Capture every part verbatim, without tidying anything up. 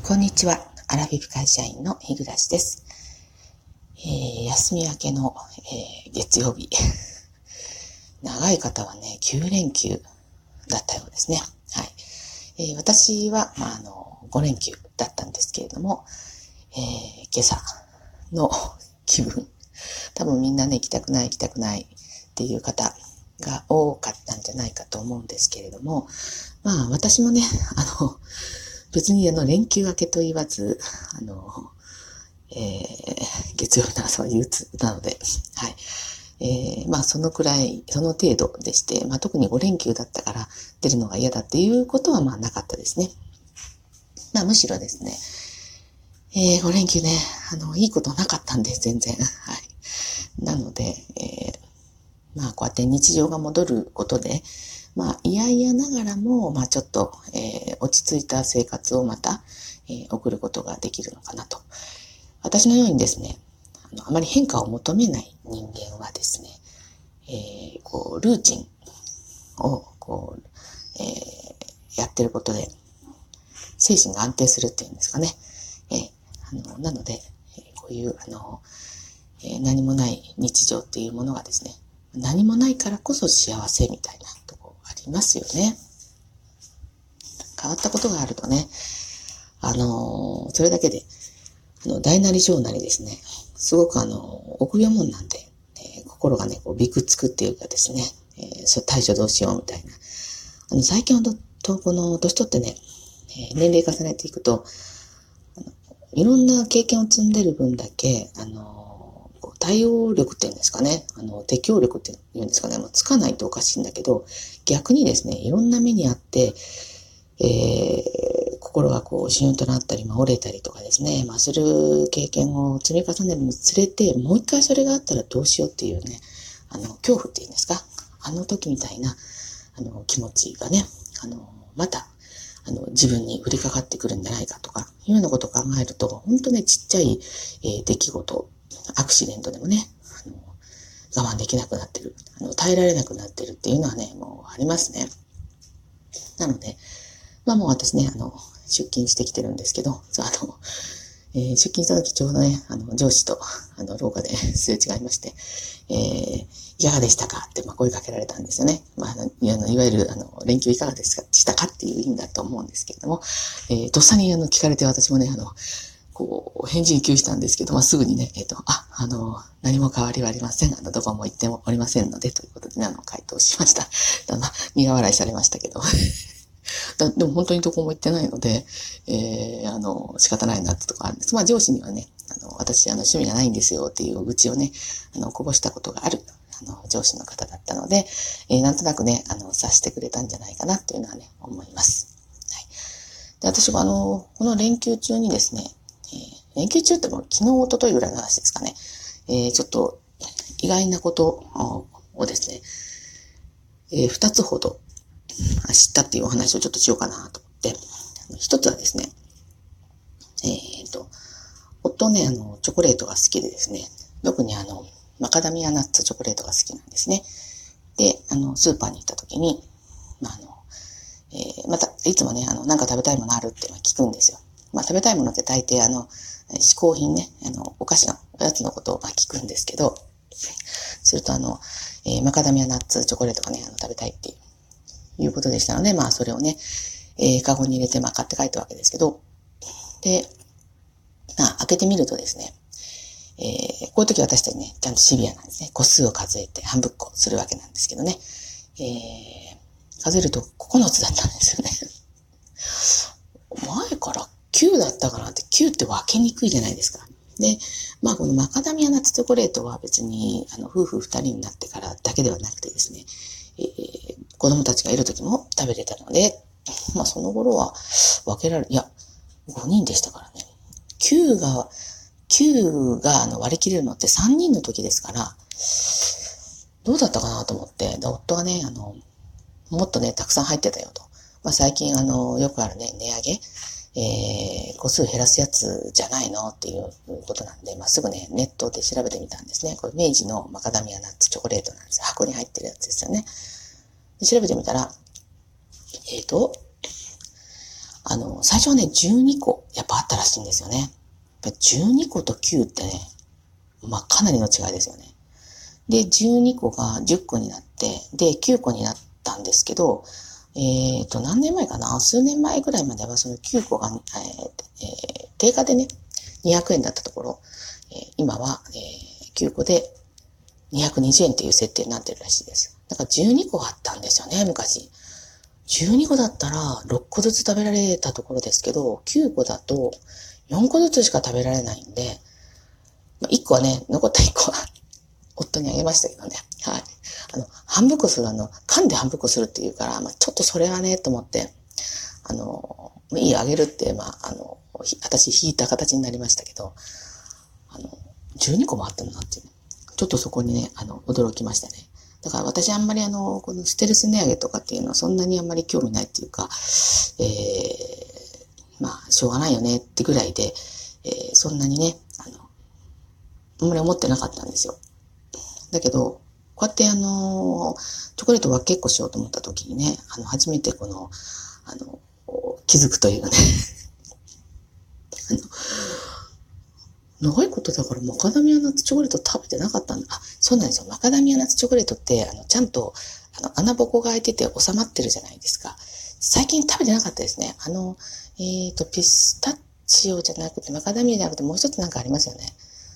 こんにちは。アラフィフ会社員の日暮です。えー、休み明けの、えー、月曜日。長い方はね、きゅうれんきゅうだったようですね。はい。えー、私は、まあ、あの、ごれんきゅうだったんですけれども、えー、今朝の気分。多分みんなね、行きたくない行きたくないっていう方が多かったんじゃないかと思うんですけれども、まあ、私もね、あの、別にあの連休明けと言わず、あの、えー、月曜日の朝は憂鬱なので、はい。えー、まあそのくらい、その程度でして、まあ特にごれんきゅうだったから出るのが嫌だっていうことはまあなかったですね。まあむしろですね、えー、ごれんきゅうね、あの、いいことなかったんで、全然。はい。なので、えー、まあこうやって日常が戻ることで、まあ、いやいやながらも、まあ、ちょっと、えー、落ち着いた生活をまた、えー、送ることができるのかなと。私のようにですね、あの、あまり変化を求めない人間はですね、えー、こう、ルーチンを、こう、えー、やってることで、精神が安定するっていうんですかね。えー、あの、なので、えー、こういう、あの、えー、何もない日常っていうものがですね、何もないからこそ幸せみたいなとこありますよね。変わったことがあるとね、あのー、それだけで、あの、大なり小なりですね、すごくあの、臆病者なんで、えー、心がね、こう、びくつくっていうかですね、えー、そう、対処どうしようみたいな。あの、最近ほど、と、この、年取ってね、えー、年齢重ねていくと、あのいろんな経験を積んでる分だけ、あのー、対応力っていうんですかね、あの、適応力っていうんですかね、もうつかないとおかしいんだけど、逆にですね、いろんな目にあって、えー、心がこう、シュンとなったり、まあ、折れたりとかですね、まあ、する経験を積み重ねるにつれて、もう一回それがあったらどうしようっていうね、あの、恐怖っていうんですか、あの時みたいな、あの、気持ちがね、あの、また、あの、自分に降りかかってくるんじゃないかとか、いうようなことを考えると、本当ね、ちっちゃい、えー、出来事、アクシデントでもね、あの、我慢できなくなってる、あの、耐えられなくなってるっていうのはね、もうありますね。なので、まあもう私ね、あの、出勤してきてるんですけど、そうあの、えー、出勤した時ちょうどね、あの、上司と、あの、廊下ですれ違いまして、えー、いかがでしたかって、まあ、声かけられたんですよね。まあ、あの、いわゆる、あの、連休いかがですか、したかっていう意味だと思うんですけれども、えー、とっさに、あの、聞かれて私もね、あの、こう、返事に窮したんですけど、まあ、すぐにね、えっ、ー、と、あ、あの、何も変わりはありません。あの、どこも行ってもおりませんので、ということでね、あの、回答しました。まあ、苦笑いされましたけど。だでも本当にどこも行ってないので、えー、あの、仕方ないなってとこあるんです。まあ上司にはね、あの、私、あの、趣味がないんですよっていう愚痴をね、あの、こぼしたことがある、あの、上司の方だったので、えー、なんとなくね、あの、察してくれたんじゃないかなっていうのはね、思います。はい。で、私はあの、この連休中にですね、えー、連休中ってもう昨日、一昨日ぐらいの話ですかね、えー、ちょっと意外なことをですね、えー、二つほど知ったっていうお話をちょっとしようかなと思って、一つはですね、えっと、夫ね、あの、チョコレートが好きでですね、特にあの、マカダミアナッツチョコレートが好きなんですね。で、あの、スーパーに行った時に、まあ、あの、えー、また、いつもね、あの、なんか食べたいものあるって聞くんですよ。まあ、食べたいものって大抵あの、嗜好品ね、あの、お菓子の、おやつのことをまあ聞くんですけど、するとあの、えー、マカダミアナッツチョコレートがね、あの、食べたいっていうことでしたので、まあ、それをね、えー、カゴに入れて、まあ、買って帰ったわけですけど、で、まあ、開けてみるとですね、えー、こういう時私たちね、ちゃんとシビアなんですね。個数を数えて半分こするわけなんですけどね。えー、数えるとここのつだったんですよね。前からきゅうだったかなって、きゅうって分けにくいじゃないですか。で、まあこのマカダミアナッツチョコレートは別に、あの、夫婦二人になってからだけではなくてですね、えー、子供たちがいる時も食べれたので、まあその頃は分けられ、いや、ごにんでしたからね。きゅうが、きゅうがあの割り切れるのってさんにんの時ですから、どうだったかなと思って、で夫がね、あの、もっとね、たくさん入ってたよと。まあ最近あの、よくあるね、値上げ、えー、個数減らすやつじゃないのっていうことなんで、まあすぐね、ネットで調べてみたんですね。これ明治のマカダミアナッツチョコレートなんです。箱に入ってるやつですよね。で調べてみたら、えっと、 あの、最初はね、じゅうにこ、やっぱあったらしいんですよね。やっぱじゅうにこときゅうってね、まあ、かなりの違いですよね。で、じゅうにこがじゅっこになって、で、きゅうこになったんですけど、えっと、何年前かな数年前ぐらいまではそのきゅうこが、えーえー、定価でね、にひゃくえんだったところ、えー、今は、えー、きゅうこでにひゃくにじゅうえんっていう設定になってるらしいです。だからじゅうにこあったんですよね、昔。じゅうにこだったらろっこずつ食べられたところですけど、きゅうこだとよんこずつしか食べられないんで、まあ、いっこはね、残ったいっこは夫にあげましたけどね。はい。あの、半分こする、あの、噛んで半分こするっていうから、まあ、ちょっとそれはね、と思って、あの、いいあげるって、まあ、あの、私引いた形になりましたけど、あの、じゅうにこもあったんだなっていうね。ちょっとそこにね、あの、驚きましたね。だから私あんまりあの、このステルス値上げとかっていうのはそんなにあんまり興味ないっていうか、えー、まあ、しょうがないよねってぐらいで、えー、そんなにね、あの、あんまり思ってなかったんですよ。だけど、こうやってあの、チョコレート分けっこしようと思った時にね、あの、初めてこの、あの、気づくというねあの、長いことだからマカダミアナッツチョコレート食べてなかったんだ。あ、そうなんですよ。マカダミアナッツチョコレートって、あの、ちゃんと、あの、穴ぼこが開いてて収まってるじゃないですか。最近食べてなかったですね。あの、えっと、ピスタチオじゃなくて、マカダミアじゃなくて、もう一つなんかありますよね。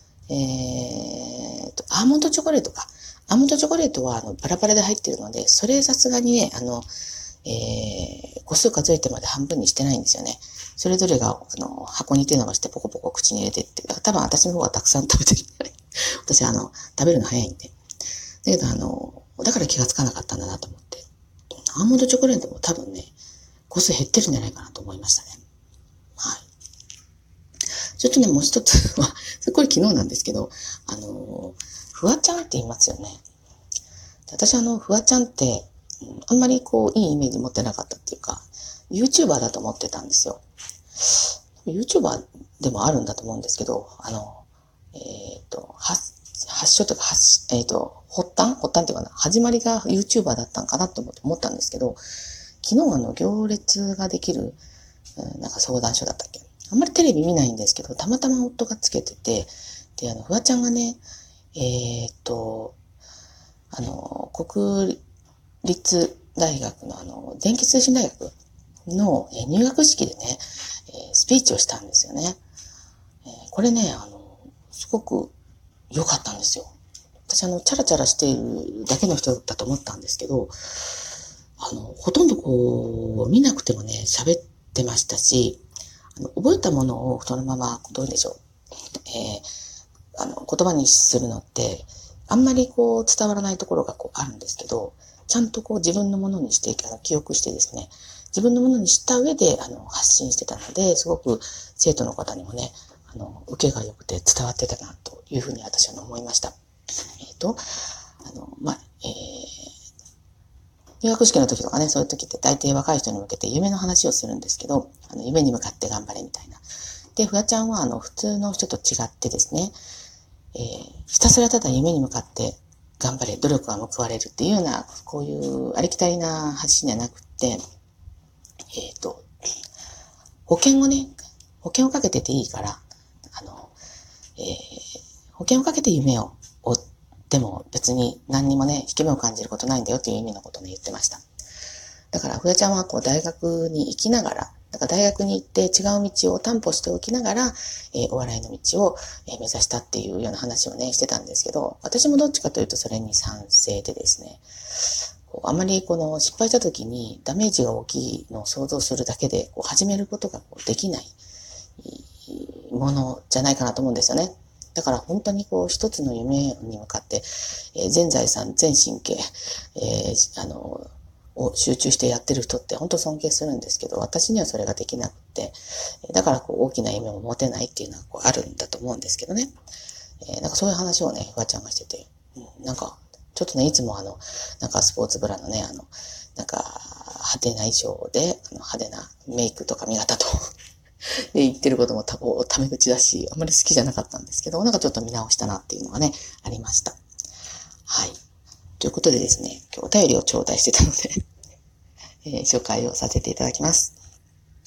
えーと、アーモンドチョコレートか。アーモンドチョコレートは、あの、バラバラで入ってるので、それさすがにね、あの、えー、個数数えてまで半分にしてないんですよね。それぞれが、あの、箱に手伸ばしてポコポコ口に入れてって、多分私の方がたくさん食べてる。私はあの、食べるの早いんで。だけどあの、だから気がつかなかったんだなと思って。アーモンドチョコレートも多分ね、個数減ってるんじゃないかなと思いましたね。はい。ちょっとね、もう一つは、これ昨日なんですけど、あの、フワちゃんって言いますよね。私あの、フワちゃんって、あんまりこう、いいイメージ持ってなかったっていうか、YouTuber だと思ってたんですよ。YouTuber でもあるんだと思うんですけど、あの、えっ、ー、と、発、発祥というか、発、えっ、ー、と、発端発端っていうかな、始まりが YouTuber だったんかなと思って思ったんですけど、昨日あの、行列ができる、うん、なんか相談所だったっけ。あんまりテレビ見ないんですけど、たまたま夫がつけてて、で、あの、フワちゃんがね、えっ、ー、と、あの、国立大学のあの、電気通信大学の入学式でね、スピーチをしたんですよね。これね、あの、すごく良かったんですよ。私あの、チャラチャラしているだけの人だと思ったんですけど、あの、ほとんどこう、見なくてもね、喋ってましたし、あの覚えたものをそのまま、どうでしょう、えー、あの、言葉にするのって、あんまりこう、伝わらないところがこう、あるんですけど、ちゃんとこう、自分のものにして、あの記憶してですね、自分のものにした上で、あの、発信してたので、すごく生徒の方にもね、あの、受けが良くて伝わってたな、というふうに私は思いました。えっ、ー、と、あの、まあ、えー、入学式の時とかね、そういう時って大抵若い人に向けて夢の話をするんですけど、あの夢に向かって頑張れみたいな。で、フワちゃんはあの普通の人と違ってですね、えー、ひたすらただ夢に向かって頑張れ、努力が報われるっていうような、こういうありきたりな発信じゃなくって、えっ、ー、と、保険をね、保険をかけてていいから、あの、えー、保険をかけて夢を追っても別に何にもね、引け目を感じることないんだよっていう意味のことをね、言ってました。だから、ふやちゃんはこう大学に行きながら、だから大学に行って違う道を担保しておきながら、えー、お笑いの道を、えー、目指したっていうような話をね、してたんですけど、私もどっちかというとそれに賛成でですね、こうあまりこの失敗した時にダメージが大きいのを想像するだけで、こう始めることがこうできないものじゃないかなと思うんですよね。だから本当にこう一つの夢に向かって、えー、全財産、全神経、えー、あの、を集中してやってる人って本当尊敬するんですけど、私にはそれができなくて、だからこう大きな夢を持てないっていうのはこうあるんだと思うんですけどね。えー、なんかそういう話をね、フワちゃんがしてて、うん、なんか、ちょっとね、いつもあの、なんかスポーツブラのね、あの、なんか、派手な衣装で、あの派手なメイクとか見方とで言ってることもたタメ口だし、あんまり好きじゃなかったんですけど、なんかちょっと見直したなっていうのがね、ありました。はい。ということでですね、今日お便りを頂戴してたので、えー、紹介をさせていただきます。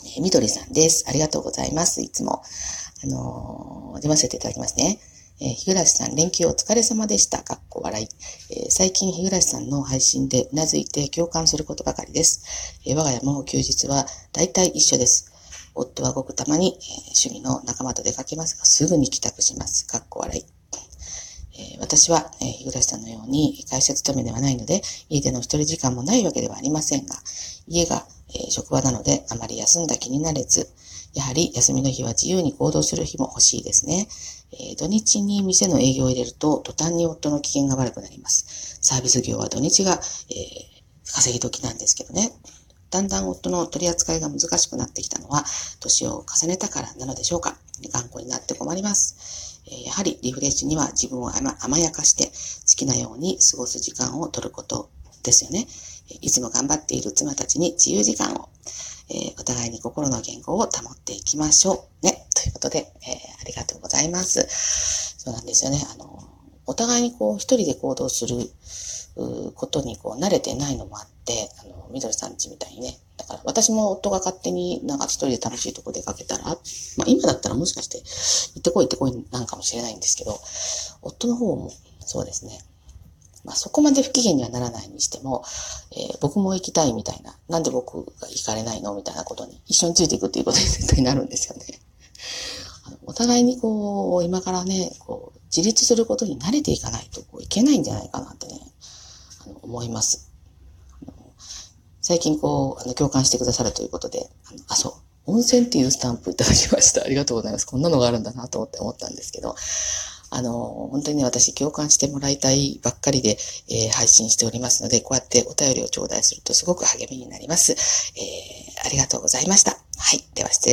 えー、みどりさんです。ありがとうございます。いつも。あのー、読ませていただきますね。えー、日暮さん、連休お疲れ様でした。かっこ笑い。えー、最近、日暮さんの配信でうなずいて共感することばかりです。えー、我が家も休日は大体一緒です。夫はごくたまに、えー、趣味の仲間と出かけますが、すぐに帰宅します。かっこ笑い。えー、私は、えー、日暮さんのように会社勤めではないので、家での一人時間もないわけではありませんが、家が、えー、職場なのであまり休んだ気になれず、やはり休みの日は自由に行動する日も欲しいですね。えー、土日に店の営業を入れると途端に夫の機嫌が悪くなります。サービス業は土日が、えー、稼ぎ時なんですけどね。だんだん夫の取り扱いが難しくなってきたのは、年を重ねたからなのでしょうか。頑固になって困ります。えー、やはりリフレッシュには自分を甘やかして好きなように過ごす時間を取ることですよね。いつも頑張っている妻たちに自由時間を、えー、お互いに心の言語を保っていきましょうね。ということで、えー、ありがとうございます。そうなんですよね。あの、お互いにこう一人で行動することにこう慣れてないのもあって、あの、みどりさんちみたいにね。だから私も夫が勝手になんか一人で楽しいとこ出かけたら、まあ今だったらもしかして行ってこい行ってこいなんかもしれないんですけど、夫の方もそうですね。まあそこまで不機嫌にはならないにしても、えー、僕も行きたいみたいな、なんで僕が行かれないのみたいなことに一緒についていくっていうことに絶対なるんですよね。あのお互いにこう、今からね、こう、自立することに慣れていかないとこういけないんじゃないかなってね、あの思います。あの最近こう、あの共感してくださるということで、あの、あ、そう、温泉っていうスタンプいただきました。ありがとうございます。こんなのがあるんだなと思って思ったんですけど、あの、本当にね、私共感してもらいたいばっかりで、えー、配信しておりますので、こうやってお便りを頂戴するとすごく励みになります。えー、ありがとうございました。はい。では失礼